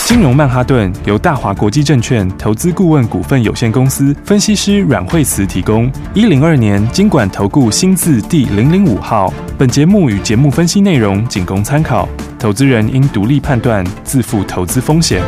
金融曼哈顿由大华国际证券投资顾问股份有限公司分析师阮惠慈提供。102年金管投顾新字第005号。本节目与节目分析内容仅供参考，投资人应独立判断，自负投资风险。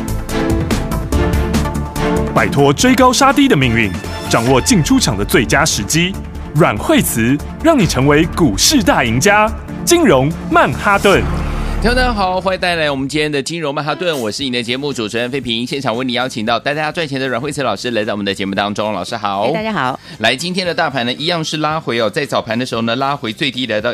摆脱追高杀低的命运，掌握进出场的最佳时机。阮惠慈让你成为股市大赢家。金融曼哈顿。 听众大家好，欢迎带来我们今天的金融曼哈顿，我是你的节目主持人费平，现场为你邀请到带大家赚钱的阮惠慈老师来到我们的节目当中。老师好。 大家好。 来，今天的大盘呢一样是拉回哦，在早盘的时候呢拉回最低来到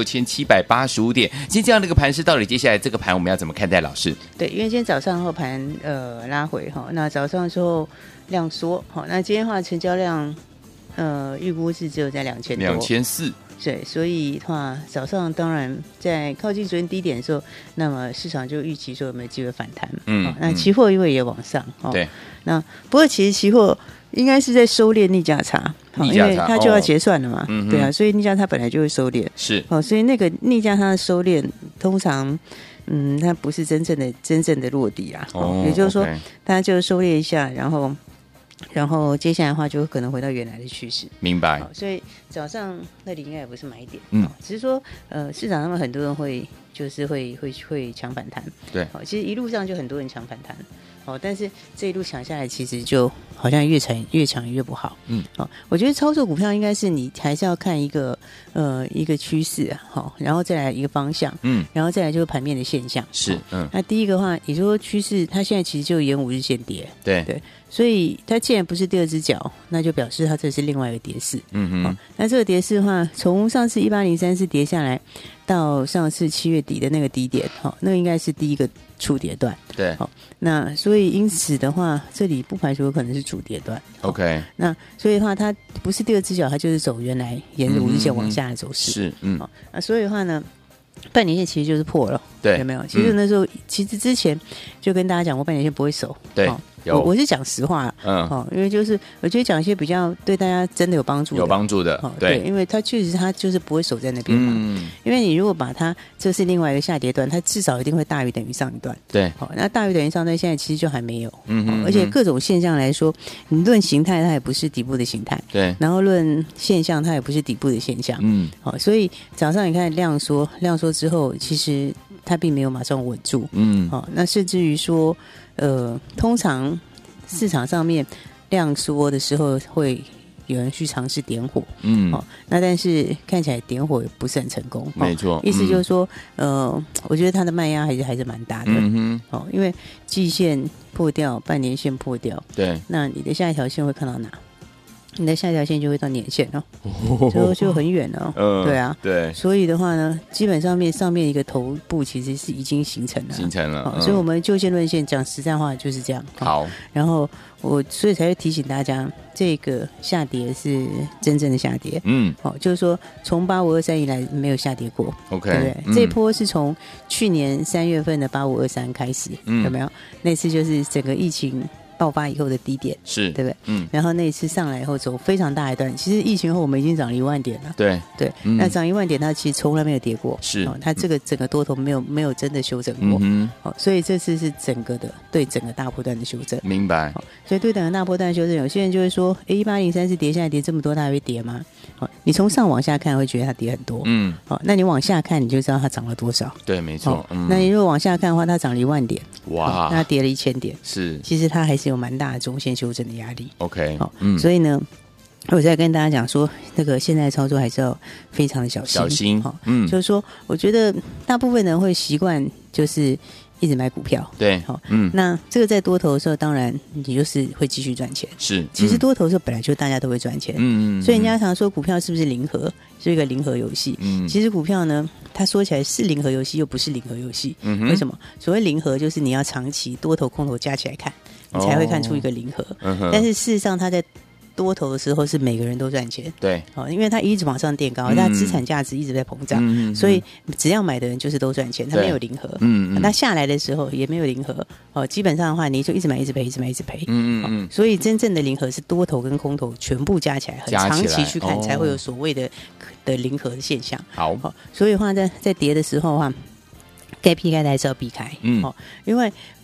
16785点。今天这样的一个盘势，到底接下来这个盘我们要怎么看待？老师？ 对，因为今天早上后盘拉回哈，那早上的时候量缩好，那今天的话成交量预估是只有在2000多 2400。 对，所以的话，早上当然在靠近昨天低点的时候，那么市场就预期说有没有机会反弹。那期货因为也往上， 对。 那不过其实期货应该是在收敛逆价差，因为它就要结算了嘛，对啊，所以逆价差本来就会收敛， 是。 所以那个逆价差的收敛，通常它不是真正的落底啊，也就是说，它就收敛一下，然后接下来的话就可能回到原来的趋势， 明白。 所以早上那里应该也不是买点，只是说市场上面很多人会抢反弹， 对， 其实一路上就很多人抢反弹，但是这一路抢下来，其实就好像越抢越不好，我觉得操作股票应该是你还是要看一个趋势啊，然后再来一个方向，然后再来就是盘面的现象， 是， 那第一个话，也就是说趋势它现在其实就沿5日线跌，对。所以它既然不是第二只脚，那就表示它这是另外一个跌势。那这个跌势的话，从上次18034跌下来，到上次7月底的那个低点，那个应该是第一个初跌段。 对。 那所以因此的话，这里不排除有可能是主跌段。 OK。 那所以的话，它不是第二只脚，它就是走原来沿着5日线往下的走势。 是。 那所以的话呢，半年线其实就是破了， 对， 有没有？其实那时候，其实之前就跟大家讲过，半年线不会守， 对。 我是讲实话，因为就是我觉得讲一些比较对大家真的有帮助的，对，因为它确实它就是不会守在那边嘛，因为你如果把它这是另外一个下跌段，它至少一定会大于等于上一段， 对， 那大于等于上一段现在其实就还没有，而且各种现象来说，你论形态它也不是底部的形态， 对， 然后论现象它也不是底部的现象，所以早上你看量缩之后，其实它并没有马上稳住，那甚至于说。通常市场上面量缩的时候，会有人去尝试点火，那但是看起来点火也不是很成功， 没错。 意思就是说，我觉得它的卖压还是蛮大的，因为季线破掉，半年线破掉， 对， 那你的下一条线会看到哪？你的下一条线就会到年线就很远了，对啊， 对， 所以的话呢，基本上面一个头部其实是已经形成了，所以我们就线论线讲实在话就是这样。 好， 然后所以才会提醒大家，这个下跌是真正的下跌，就是说从8523以来没有下跌过 ，OK， 对不对？这一波是从去年3月份的8523开始，有没有？那次就是整个疫情爆发以后的低点， 是对不对？然后那一次上来以后走非常大一段，其实疫情后我们已经涨了1万点了， 对， 那涨1万点它其实从来没有跌过， 是， 它这个整个多头没有真的修正过，所以这次是整个的对整个大波段的修正， 明白。 所以对整个大波段的修正，有些人就会说，18034是跌下来跌这么多，它还会跌吗？你从上往下看会觉得它跌很多，那你往下看你就知道它涨了多少， 对，没错。 那你如果往下看的话，它涨了1万点， 哇， 那它跌了1000点， 是， 其实它还是有蛮大的中线修正的压力。 OK， 所以呢，我在跟大家讲说，那个现在操作还是要非常的小心，就是说，我觉得大部分人会习惯就是一直买股票， 对， 那这个在多头的时候，当然你就是会继续赚钱， 是， 其实多头的时候本来就大家都会赚钱，所以人家常说股票是不是零和，是一个零和游戏，其实股票呢，它说起来是零和游戏，又不是零和游戏，为什么？所谓零和就是你要长期多头空头加起来看，你才会看出一个零和，但是事实上它在多头的时候是每个人都赚钱， 对， 因为它一直往上垫高，它资产价值一直在膨胀，所以只要买的人就是都赚钱，它没有零和，它下来的时候也没有零和，基本上的话你就一直买一直赔，一直买一直赔，所以真正的零和是多头跟空头全部加起来，很长期去看才会有所谓的零和的现象。 好， 所以的话在跌的时候的话，该避开的还是要避开，因为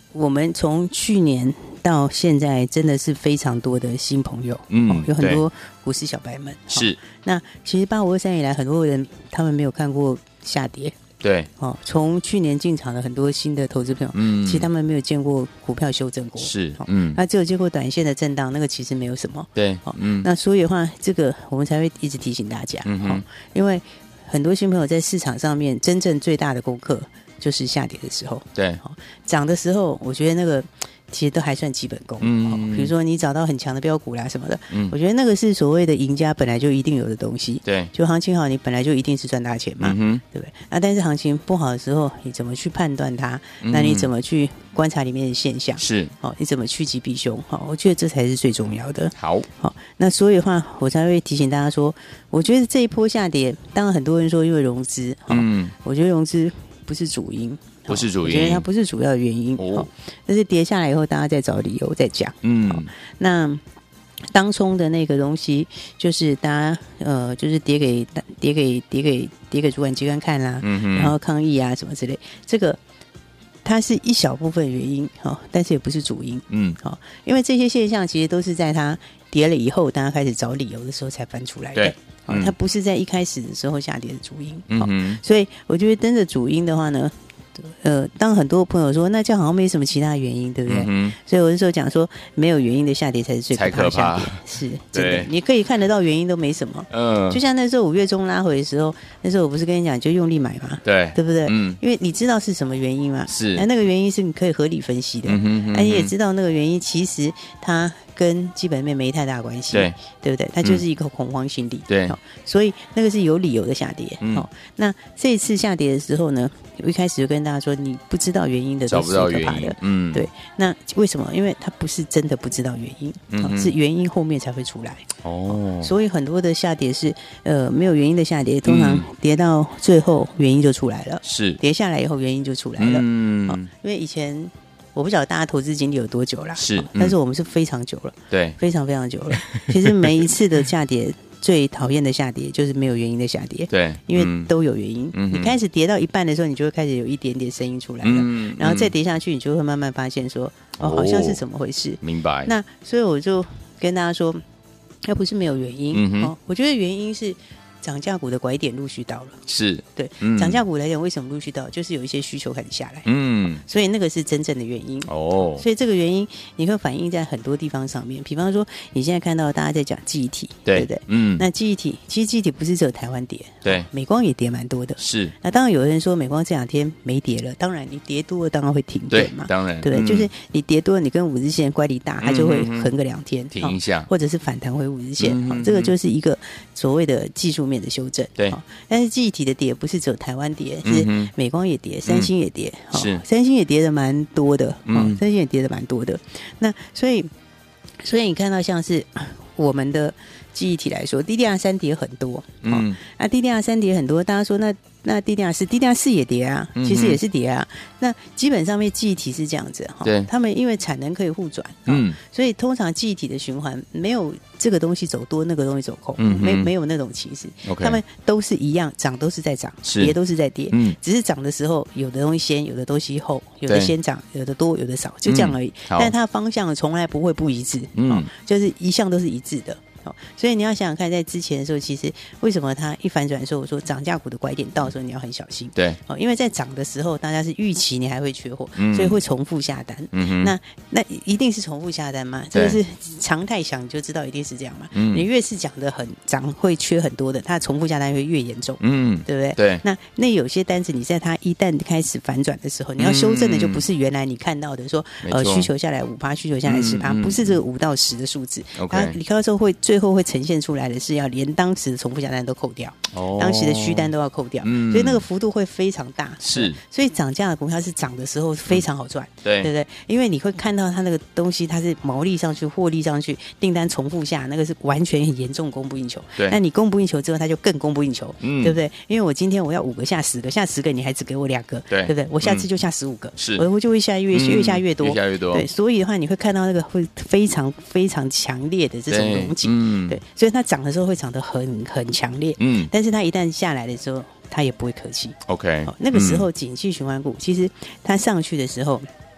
我们从去年到现在真的是非常多的新朋友，有很多股市小白们。 是， 那其实8523以来，很多人他们没有看过下跌。 对， 从去年进场的很多新的投资朋友，其实他们没有见过股票修正过， 是， 那只有见过短线的震荡，那个其实没有什么。 对， 那所以的话，这个我们才会一直提醒大家，因为很多新朋友在市场上面真正最大的功课就是下跌的时候， 对， 涨的时候，我觉得那个其实都还算基本功。比如说你找到很强的标股啦什么的，我觉得那个是所谓的赢家本来就一定有的东西。 对， 就行情好，你本来就一定是赚大钱嘛，对不对？但是行情不好的时候，你怎么去判断它？那你怎么去观察里面的现象？ 是， 你怎么趋吉避凶？我觉得这才是最重要的。 好， 那所以的话，我才会提醒大家说，我觉得这一波下跌，当然很多人说因为融资，我觉得融资不是主因。 不是主因， 我觉得它不是主要的原因。但是跌下来以后，大家再找理由再讲。那当冲的那个东西，就是大家就是跌给主管机关看啦，然后抗议啊什么之类，这个它是一小部分原因，但是也不是主因。因为这些现象其实都是在它跌了以后，大家开始找理由的时候才翻出来的。 对。 它不是在一开始的时候下跌的主因。所以我觉得跟着主因的话呢，当很多朋友说那这样好像没什么其他原因，对不对？所以我那时候讲说，没有原因的下跌才是最可怕的下跌，是真的。你可以看得到原因都没什么，就像那时候5月中拉回的时候，那时候我不是跟你讲就用力买嘛，对不对？因为你知道是什么原因嘛， 是那个原因是你可以合理分析的，你也知道那个原因其实它跟基本面没太大关系，对不对？它就是一个恐慌心理， 对， 所以那个是有理由的下跌。那这一次下跌的时候呢，我一开始就跟大家说，你不知道原因的都是最可怕的。对。那为什么？因为它不是真的不知道原因，是原因后面才会出来。所以很多的下跌是没有原因的下跌，通常跌到最后原因就出来了，是跌下来以后原因就出来了。因为以前我不晓得大家投资经历有多久啦，是，但是我们是非常久了，对，非常非常久了。其实每一次的下跌，最讨厌的下跌就是没有原因的下跌，对，因为都有原因。你开始跌到一半的时候，你就会开始有一点点声音出来了，然后再跌下去，你就会慢慢发现说，好像是怎么回事？明白。那所以我就跟大家说，要不是没有原因，我觉得原因是涨价股的拐点陆续到了，是对涨价股来讲，为什么陆续到？就是有一些需求开始下来，所以那个是真正的原因。所以这个原因你会反映在很多地方上面，比方说你现在看到大家在讲记忆体，对不对？那记忆体其实记忆体不是只有台湾跌，对，美光也跌蛮多的。是，那当然有人说美光这2天没跌了，当然你跌多了当然会停顿嘛，当然对不对？就是你跌多了，你跟5日线乖离大，它就会横个2天停一下，或者是反弹回5日线，这个就是一个所谓的技术面的修正。对，但是记忆体的跌不是只有台湾跌，是美光也跌，三星也跌，是三星也跌的蛮多的，三星也跌的蛮多的。那所以你看到像是我们的记忆体来说 ，DDR3 跌很多，DDR3 跌很多，大家说那DDR4 也跌啊，其实也是跌啊。那基本上面记忆体是这样子哈，他们因为产能可以互转，所以通常记忆体的循环没有这个东西走多，那个东西走空，没有那种歧视，他们都是一样，涨都是在涨，跌都是在跌，只是涨的时候有的东西先，有的东西后，有的先涨，有的多，有的少，就这样而已。但是它的方向从来不会不一致，就是一向都是一致的。所以你要想想看，在之前的时候，其实为什么它一反转的时候，我说涨价股的拐点到的时候，你要很小心。对，因为在涨的时候，大家是预期你还会缺货，所以会重复下单。那一定是重复下单嘛？这个是常态想，你就知道一定是这样嘛。你越是讲的很涨会缺很多的，它重复下单会越严重。对不对？对。那有些单子，你在它一旦开始反转的时候，你要修正的就不是原来你看到的说需求下来5%，需求下来10%，不是这个5到10的数字。它你看到时候最后会呈现出来的是要连当时的重复下单都扣掉，当时的虚单都要扣掉，所以那个幅度会非常大。是，所以涨价的股票是涨的时候非常好赚，对不对？因为你会看到它那个东西，它是毛利上去、获利上去，订单重复下，那个是完全很严重供不应求。那你供不应求之后，它就更供不应求，对不对？因为我今天我要5个下10个，下10个你还只给我2个，对不对？我下次就下15个，是，我就会越下越多，越下越多。对，所以的话你会看到那个会非常非常强烈的这种龙井，对。所以它涨的时候会涨得很强烈，但是它一旦下来的时候，它也不会客气。OK，那个时候景气循环股，其实它上去的时候，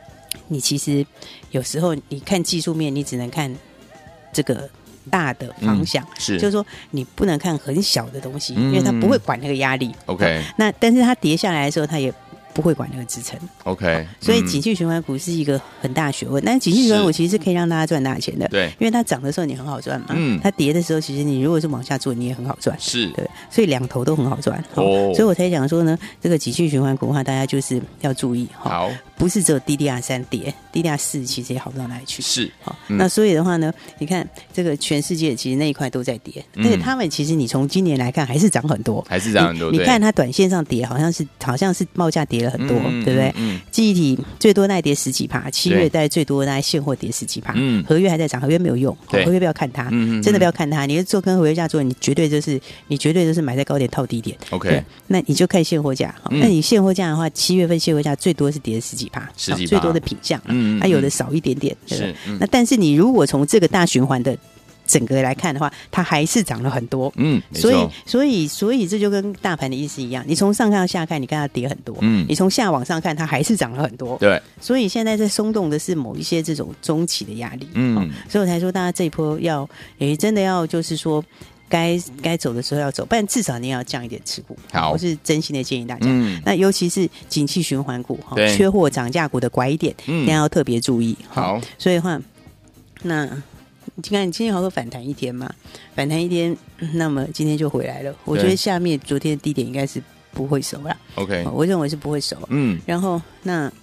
你其实有时候你看技术面，你只能看这个大的方向，就是说你不能看很小的东西，因为它不会管那个压力。 OK， 那但是它跌下来的时候，它也不会管那个支撑。 OK， 所以景气循环股是一个很大的学问，但是景气循环股其实是可以让大家赚大钱的， 对， 因为它涨的时候你很好赚嘛，它跌的时候其实你如果是往下做你也很好赚， 是， 对，所以两头都很好赚。所以我才讲说呢，这个景气循环股的话，大家就是要注意， 好， 不是只有 DDR3 跌，DDR4 其实也好不到哪里去， 是， 好，那所以的话呢，你看这个全世界其实那一块都在跌，而且他们其实你从今年来看还是涨很多， 还是涨很多， 你看它短线上跌好像是报价跌了很多，对不对？记忆体最多那跌10几%，7月大概最多大概现货跌10几%，合约还在涨，合约没有用，合约不要看它，真的不要看它，你是做跟合约价做，你绝对就是买在高点套低点 ，OK， 那你就看现货价，那你现货价的话，7月份现货价最多是跌10几%，最多的品项，它有的少一点点，对不对？那但是你如果从这个大循环的整个来看的话，它还是涨了很多，所以这就跟大盘的意思一样，你从上看到下看，你看它跌很多，你从下往上看，它还是涨了很多， 对， 所以现在在松动的是某一些这种中期的压力，所以我才说大家这一波真的要就是说。该走的时候要走，不然至少你要降一点持股。 好， 我是真心的建议大家。那尤其是景气循环股、缺货涨价股的拐点，大家要特别注意。 好， 所以的话，那你看你今天好像反弹一天嘛，反弹一天，那么今天就回来了。我觉得下面昨天的低点应该是不会守啦。 OK， 我认为是不会守。然后那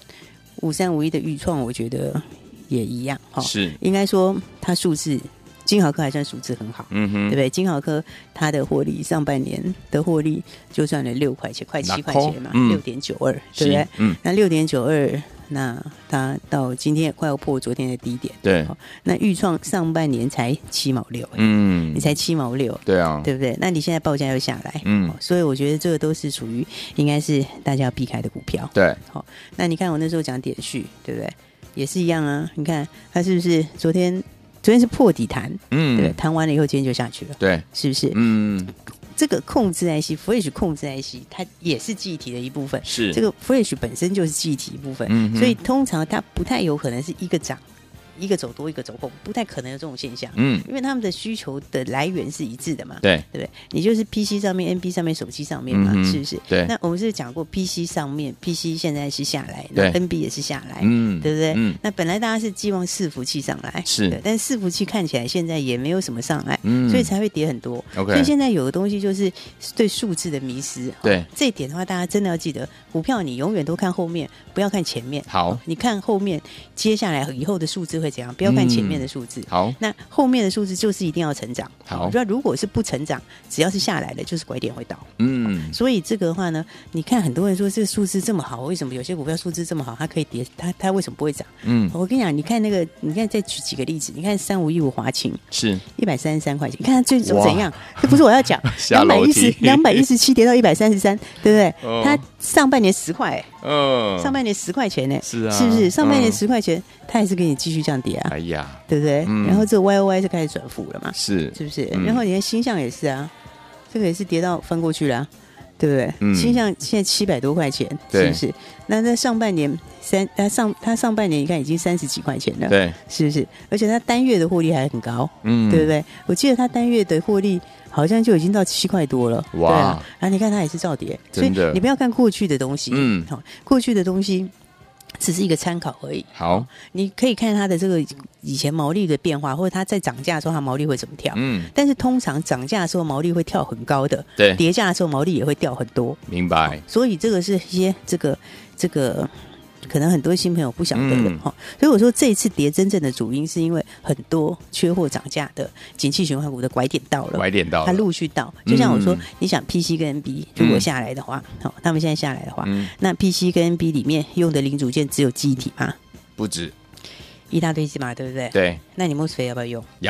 5351的预创，我觉得也一样。 是， 应该说它数字。金豪科还算数字很好，对不对？金豪科它的获利上半年的获利就赚了6块钱，快7块钱嘛，6.92，对不对？那6.92，那它到今天也快要破昨天的低点， 对。 那预创上半年才7毛6，你才7毛6， 对啊， 对不对？那你现在报价又下来，所以我觉得这个都是属于应该是大家要避开的股票， 对。 好，那你看我那时候讲点序，对不对？也是一样啊，你看它是不是昨天是破底弹，对，弹完了以后今天就下去了， 对， 是不是？这个控制 IC，Flash 控制 IC， 它也是记忆体的一部分， 是这个 Flash 本身就是记忆体一部分，所以通常它不太有可能是一个涨。一个走多一个走空，不太可能有这种现象，因为他们的需求的来源是一致的嘛， 对不对？你就是 PC 上面、NB 上面、手机上面嘛，是不是？ 对。 那我们是讲过 PC 上面 ，PC 现在是下来，那 NB 也是下来，对不对？那本来大家是寄望伺服器上来， 是， 但是伺服器看起来现在也没有什么上来，所以才会跌很多。 OK， 所以现在有的东西就是对数字的迷失， 对这一点的话，大家真的要记得，股票你永远都看后面，不要看前面。 好， 你看后面接下来以后的数字会怎样，不要看前面的数字。 好， 那后面的数字就是一定要成长。 好， 那如果是不成长，只要是下来的，就是拐点会到。所以这个的话呢，你看很多人说这个数字这么好，为什么有些股票数字这么好，它可以跌，它为什么不会涨？我跟你讲，你看那个，你看再举几个例子，你看3515华勤是133块钱，你看它最终怎样？这不是我要讲，217跌到133，对不对？它上半年10块，上半年10块钱呢， 是啊， 是不是？上半年10块钱，它也是给你继续这样跌啊， 哎呀， 对不对？然后这个 YOY 就开始转负了嘛， 是不是？然后你看星象也是啊，这个也是跌到翻过去了啊，对不对？星象现在700多块钱，是不是？那在上半年它上半年你看已经30几块钱了， 对， 是不是？而且它单月的获利还很高，对不对？我记得它单月的获利好像就已经到7块多了，哇！对啊，然后你看它也是照跌，所以你不要看过去的东西，好，过去的东西只是一个参考而已。 好， 你可以看它的这个以前毛利的变化，或者它在涨价的时候它毛利会怎么跳。但是通常涨价的时候毛利会跳很高的， 对， 跌价的时候毛利也会掉很多。 明白。 所以这个是一些这个可能很多新朋友不晓得的哈，所以我说这一次跌真正的主因是因为很多缺货涨价的景气循环股的拐点到了，它陆续到。就像我说，你想 PC 跟 NB 如果下来的话，他们现在下来的话，那 PC 跟 NB 里面用的零组件只有记忆体吗？ 不止， 一大堆嘛，对不对？ 对。 那你 MOSFET 要不要用？ 要。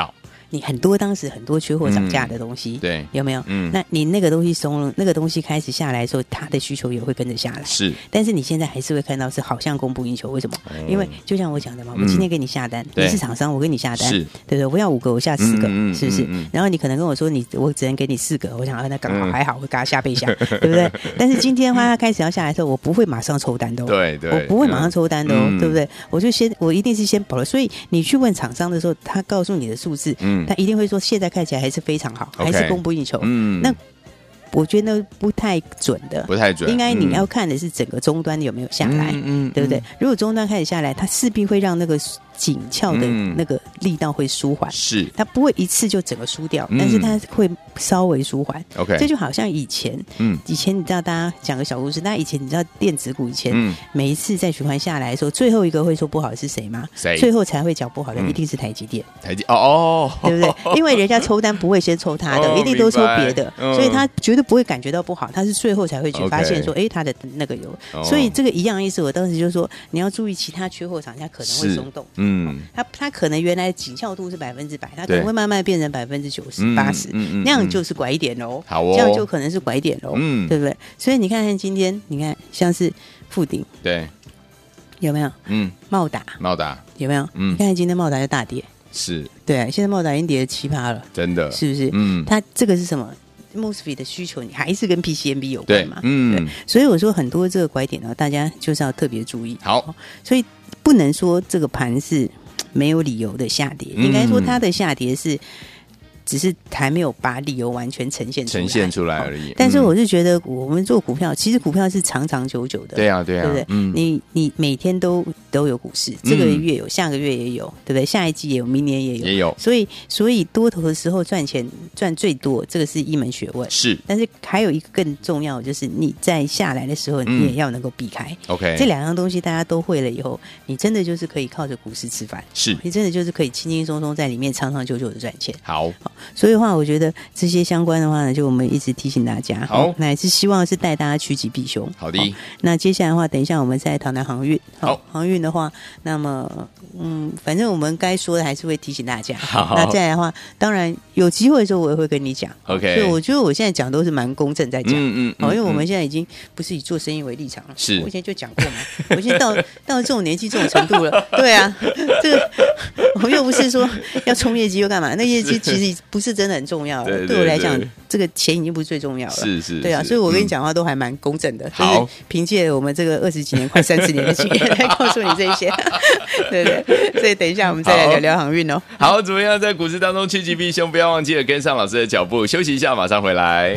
你当时很多缺货涨价的东西， 对， 有没有？那你那个东西松了，那个东西开始下来的时候，它的需求也会跟着下来。 是， 但是你现在还是会看到是好像供不应求，为什么？因为就像我讲的嘛，我今天给你下单，你是厂商，我给你下单，对不对？我要5个，我下10个，是不是？然后你可能跟我说我只能给你4个，我想那刚好还好，我给他下倍下，对不对？但是今天的话，他开始要下来的时候，我不会马上抽单的， 对， 我不会马上抽单的，对不对？我一定是先保留。所以你去问厂商的时候，他告诉你的数字，他一定会说现在看起来还是非常好，还是供不应求。那我觉得不太准的， 不太准。 应该你要看的是整个终端有没有下来，对不对？如果终端开始下来，它势必会让那个紧俏的那个力道会舒缓， 是它不会一次就整个输掉，但是它会稍微舒缓。 OK， 这就好像以前你知道，大家讲个小故事，大家以前你知道电子股以前每一次在循环下来的时候，最后一个会说不好的是谁吗？ 谁？ 最后才会讲不好的一定是台积电。 台积哦， 对不对？因为人家抽单不会先抽他的，一定都抽别的，所以他绝对不会感觉到不好，他是最后才会去发现说，他的那个有。所以这个一样意思，我当时就说你要注意其他缺货厂家可能会松动。他可能原来紧俏度是100%，他可能会慢慢变成90%、80%，那样就是拐点喽。 好哦， 这样就可能是拐点喽，对不对？所以你看看今天，你看像是富鼎，对，有没有？茂达有没有？你看看今天茂达就大跌， 是对啊，现在茂达已经跌了7%了， 真的， 是不是？它这个是什么？MOSFET 的需求，你还是跟 PCNB 有关嘛？对，所以我说很多这个拐点呢，大家就是要特别注意。 好， 所以不能说这个盘是没有理由的下跌，应该说它的下跌是只是还没有把理由完全呈现出来而已。但是我是觉得我们做股票，其实股票是长长久久的， 对啊， 对不对？你每天都有股市，这个月有，下个月也有，对不对？下一季也有，明年也有，所以多头的时候赚钱赚最多，这个是一门学问。 是， 但是还有一个更重要的就是你在下来的时候，你也要能够避开。 OK， 这2样东西大家都会了以后，你真的就是可以靠着股市吃饭， 是你真的就是可以轻轻松松在里面长长久久的赚钱。 好， 所以的话，我觉得这些相关的话呢，就我们一直提醒大家。 好， 那也是希望是带大家趋吉避凶。 好的。 那接下来的话，等一下我们再讨论航运。好，航运的话，那么反正我们该说的还是会提醒大家。好，那再来的话，当然有机会的时候我也会跟你讲。 OK， 所以我觉得我现在讲都是蛮公正在讲。好，因为我们现在已经不是以做生意为立场了。 是， 我以前就讲过嘛，我已经到这种年纪这种程度了。对啊，这个我又不是说要冲业绩又干嘛？那业绩其实不是真的很重要了。对我来讲，这个钱已经不是最重要了。是，对啊，所以我跟你讲话都还蛮公正的。好，就是凭借我们这个20几年、快30年的经验来告诉你这一些。对对，所以等一下我们再来聊聊航运哦。 好，怎么样在股市当中趋吉避凶？不要忘记了跟上老师的脚步。休息一下，马上回来。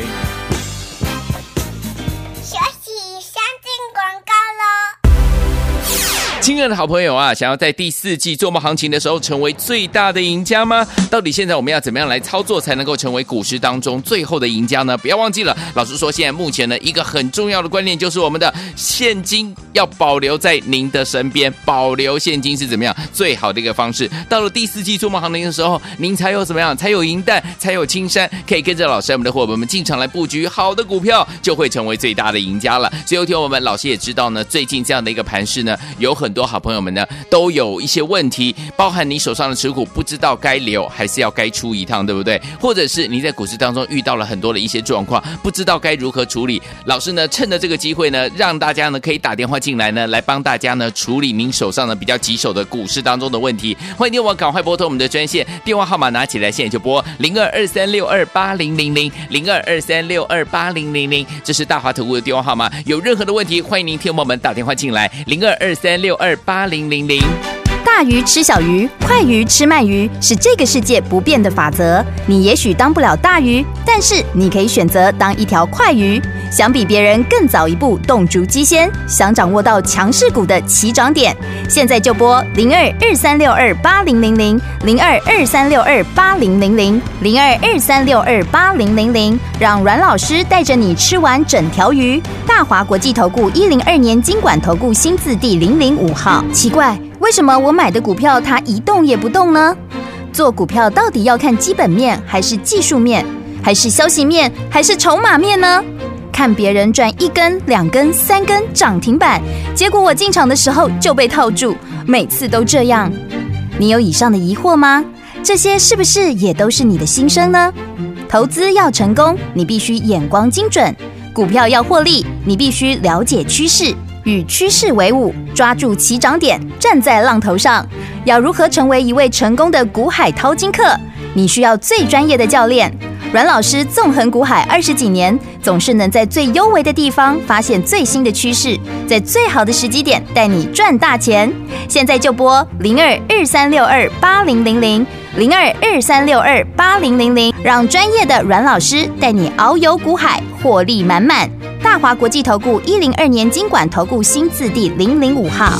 亲爱的好朋友啊，想要在第4季做梦行情的时候成为最大的赢家吗？到底现在我们要怎么样来操作才能够成为股市当中最后的赢家呢？不要忘记了，老师说现在目前呢一个很重要的观念就是我们的现金要保留在您的身边，保留现金是怎么样最好的一个方式。到了第4季做梦行情的时候，您才有怎么样，才有银弹，才有青山，可以跟着老师我们的伙伴们进场来布局好的股票，就会成为最大的赢家了。所以有听我们老师也知道呢，最近这样的一个盘势呢，有很多好朋友们呢都有一些问题，包含你手上的持股不知道该留还是要该出一趟，对不对？或者是你在股市当中遇到了很多的一些状况，不知道该如何处理。老师呢趁着这个机会呢，让大家呢可以打电话进来呢，来帮大家呢处理您手上呢比较棘手的股市当中的问题。欢迎你我赶快拨通我们的专线，电话号码拿起来，现在就拨0223628000，0223628000，这是大华投顾的电话号码。有任何的问题，欢迎您听我们打电话进来，0223628000。 大鱼吃小鱼，快鱼吃慢鱼，是这个世界不变的法则。你也许当不了大鱼，但是你可以选择当一条快鱼。想比别人更早一步动足机先，想掌握到强势股的起涨点，现在就拨0223628000，0223628000，0223628000，让阮老师带着你吃完整条鱼。大华国际投顾102年金管投顾新字第005号。奇怪，为什么我买的股票它一动也不动呢？做股票到底要看基本面，还是技术面，还是消息面，还是筹码面呢？看别人赚1根、2根、3根涨停板，结果我进场的时候就被套住，每次都这样。你有以上的疑惑吗？ 这些是不是也都是你的心声呢？投资要成功，你必须眼光精准；股票要获利，你必须了解趋势，与趋势为伍，抓住起涨点，站在浪头上。要如何成为一位成功的股海淘金客？你需要最专业的教练。阮老师纵横股海20几年，总是能在最优微的地方发现最新的趋势，在最好的时机点带你赚大钱。现在就拨02-2362-8000，02-2362-8000，让专业的阮老师带你遨游股海，获利满满。大华国际投顾102年金管投顾新字第005号。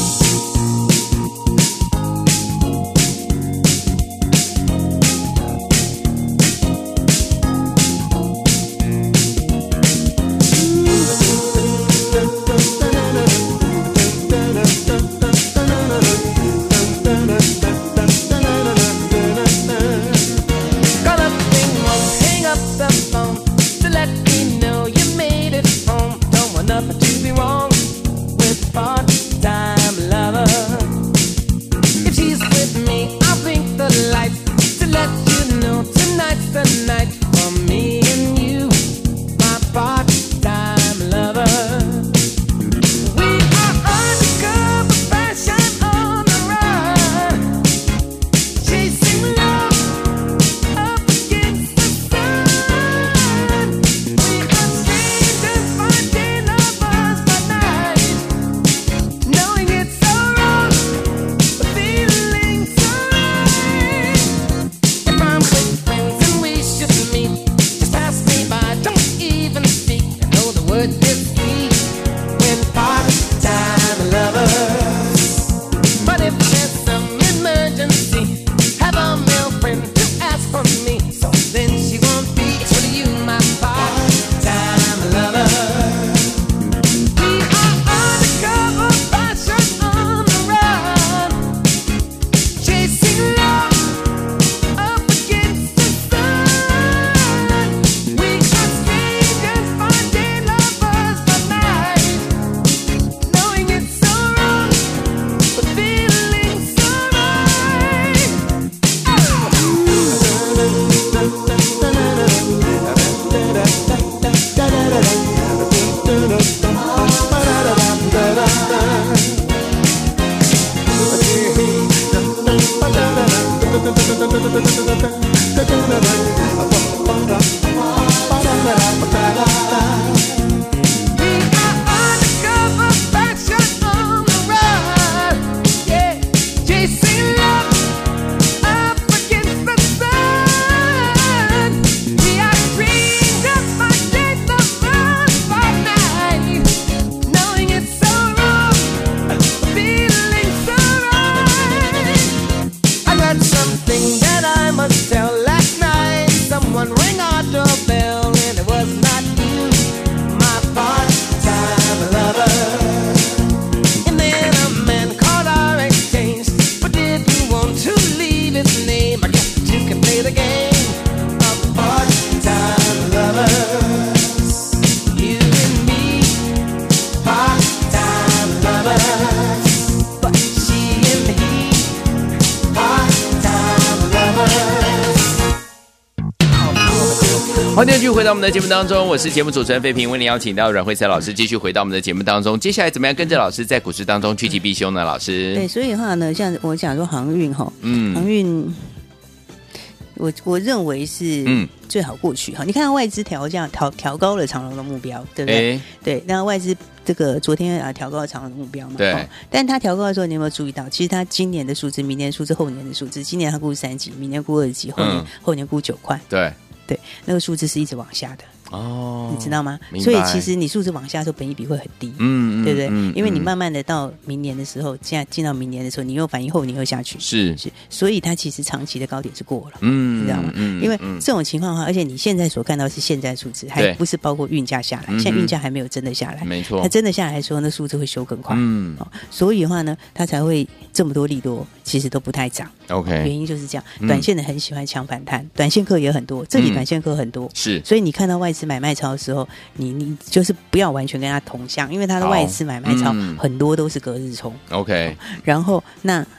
欢迎继续回到我们的节目当中，我是节目主持人费平，为您邀请到阮慧慈老师继续回到我们的节目当中。接下来怎么样跟着老师在股市当中趋吉避凶呢？老师， 对，所以的话呢，像我讲说航运哈，航运，我认为是最好过去哈。你看外资调高了长荣的目标，对不对？对，那外资这个昨天调高了长荣的目标嘛， 对。 但他调高的时候，你有没有注意到？其实他今年的数字、明年的数字、后年的数字，今年他估3级，明年估2级，后年估9块， 对。 对，那个数字是一直往下的哦， 你知道吗？所以其实你数字往下的时候，本益比会很低，对不对？因为你慢慢的到明年的时候，现在进到明年的时候，你又反应后年又下去， 是， 所以它其实长期的高点是过了，你知道吗？因为这种情况的话，而且你现在所看到是现在数字，还不是包括运价下来，现在运价还没有真的下来， 没错， 它真的下来的时候，那数字会修更快，所以的话呢，它才会这么多利多，其实都不太涨。 OK， 原因就是这样，短线的很喜欢抢反弹，短线客也很多，这里短线客很多， 是， 所以你看到外资买卖超的时候，你就是不要完全跟它同向，因为它的外资买卖超很多都是隔日冲。 OK， 然后那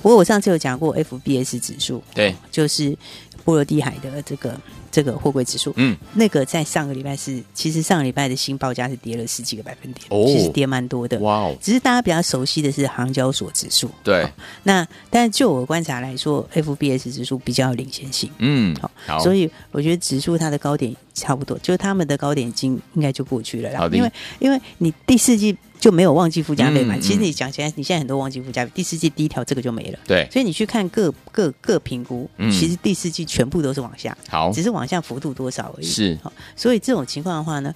不过我上次有讲过 FBS 指数， 对， 就是波罗的海的这个货柜指数，那个在上个礼拜其实上个礼拜的新报价是跌了10几个百分点，其实跌蛮多的。哇哦！只是大家比较熟悉的是航交所指数， 对。 那但是就我观察来说 ，FBS 指数比较有领先性，好，所以我觉得指数它的高点差不多，就是他们的高点应该就过去了啦。因为你第4季就没有忘记附加费嘛，其实你讲起来，你现在很多忘记附加费，第4季第一条这个就没了， 对。 所以你去看各评估，其实第4季全部都是往下，好，只是往下幅度多少而已， 是。 所以这种情况的话呢，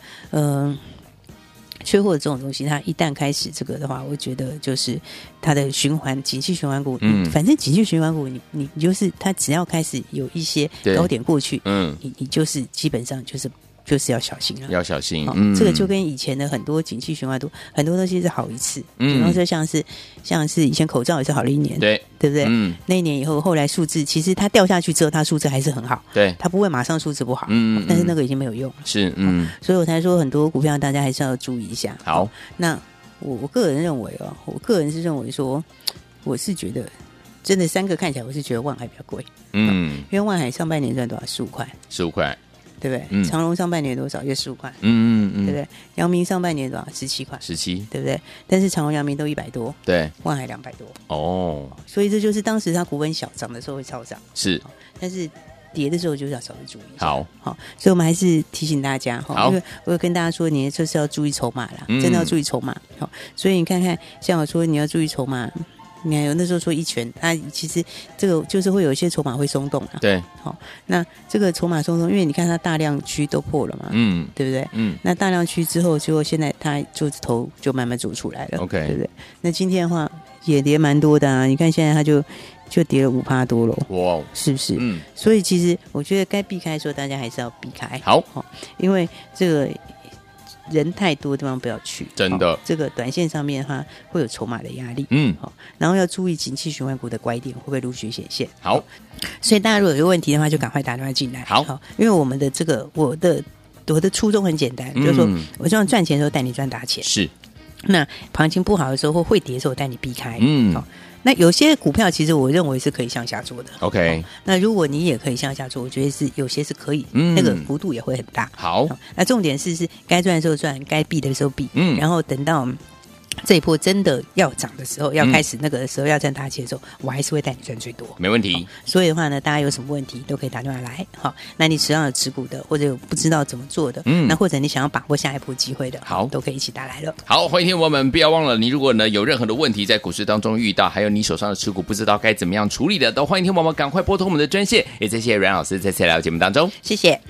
缺货这种东西，它一旦开始这个的话，我觉得就是它的景气循环股，反正景气循环股，你就是它只要开始有一些高点过去，你就是基本上就是要小心了， 要小心。 这个就跟以前的很多景气循环度，很多东西是好一次，比方说像是以前口罩也是好了1年，对不对？那1年以后，后来数字其实它掉下去之后，它数字还是很好，对，它不会马上数字不好，但是那个已经没有用了，是，所以我才说很多股票大家还是要注意一下。好，那我个人认为是认为说，我是觉得真的3个看起来，我是觉得万海比较贵，因为万海上半年赚多少？15块。对不对？长荣上半年多少？也15块，对不对？阳明上半年多少？17块，17，对不对？但是长荣、阳明都100多，对，万海200多，哦，所以这就是当时它股本小，涨的时候会超涨，是，但是跌的时候就是要稍微注意一下。好，所以我们还是提醒大家哈，因为我有跟大家说，你就是要注意筹码啦，真的要注意筹码。好，所以你看看，像我说你要注意筹码。你还有那时候说一拳，它其实这个就是会有一些筹码会松动啊。对，好，那这个筹码松动，因为你看它大量区都破了嘛，对不对？那大量区之后，结果现在它就头就慢慢走出来了， OK， 对不对？那今天的话也跌蛮多的啊，你看现在它就跌了5%多了，哇，是不是？所以其实我觉得该避开的时候，大家还是要避开，好，因为这个。人太多的地方不要去，真的。这个短线上面的话会有筹码的压力，然后要注意景气循环股的拐点会不会陆续显现。好，所以大家如果有问题的话，就赶快打电话进来。好，因为我们的这个我的初衷很简单，就是说我希望赚钱的时候带你赚大钱。是，那行情不好的时候或会跌的时候带你避开。好。那有些股票其实我认为是可以向下做的 ，OK。那如果你也可以向下做，我觉得是有些是可以，那个幅度也会很大。好，那重点是该赚的时候赚，该避的时候避，然后等到这一波真的要涨的时候，要开始那个时候要赚大钱的时候，我还是会带你赚最多，没问题。所以的话呢，大家有什么问题都可以打电话来。好，那你手上有持股的，或者有不知道怎么做的，那或者你想要把握下一波机会的，好，都可以一起打来了。好，欢迎听众们，不要忘了，你如果呢有任何的问题在股市当中遇到，还有你手上的持股不知道该怎么样处理的，都欢迎听众们赶快拨通我们的专线。也谢谢阮老师在这来到节目当中，谢谢。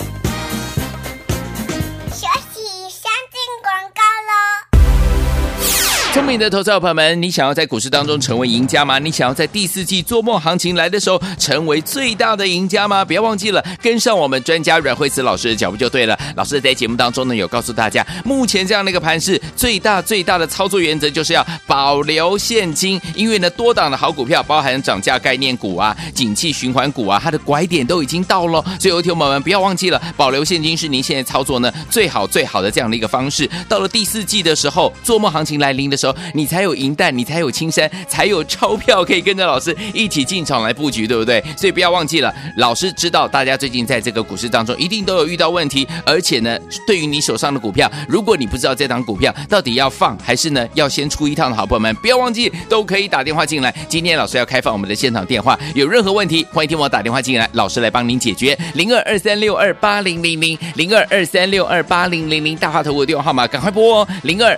聪明的投资者朋友们，你想要在股市当中成为赢家吗？你想要在第4季做梦行情来的时候成为最大的赢家吗？不要忘记了跟上我们专家阮慧慈老师的脚步就对了。老师在节目当中呢有告诉大家，目前这样的一个盘势，最大的操作原则就是要保留现金，因为呢多档的好股票，包含涨价概念股啊、景气循环股啊，它的拐点都已经到了，所以有听众朋友们不要忘记了，保留现金是您现在操作呢最好的这样的一个方式。到了第4季的时候，做梦行情来临的时候，你才有银弹，你才有青山，才有钞票可以跟着老师一起进场来布局，对不对？所以不要忘记了，老师知道大家最近在这个股市当中一定都有遇到问题，而且呢，对于你手上的股票，如果你不知道这档股票到底要放还是呢要先出一趟的好朋友们，不要忘记都可以打电话进来。今天老师要开放我们的现场电话，有任何问题欢迎听我打电话进来，老师来帮您解决。0223628000，0223628000，大华投顾的电话号码赶快拨哦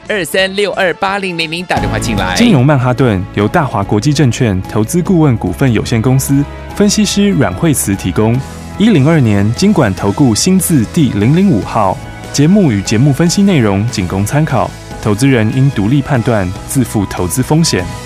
，0223628000。打电话进来。 金融曼哈顿由大华国际证券投资顾问股份有限公司分析师阮慧慈提供。102年金管投顾新字第005号。节目与节目分析内容仅供参考，投资人应独立判断，自负投资风险。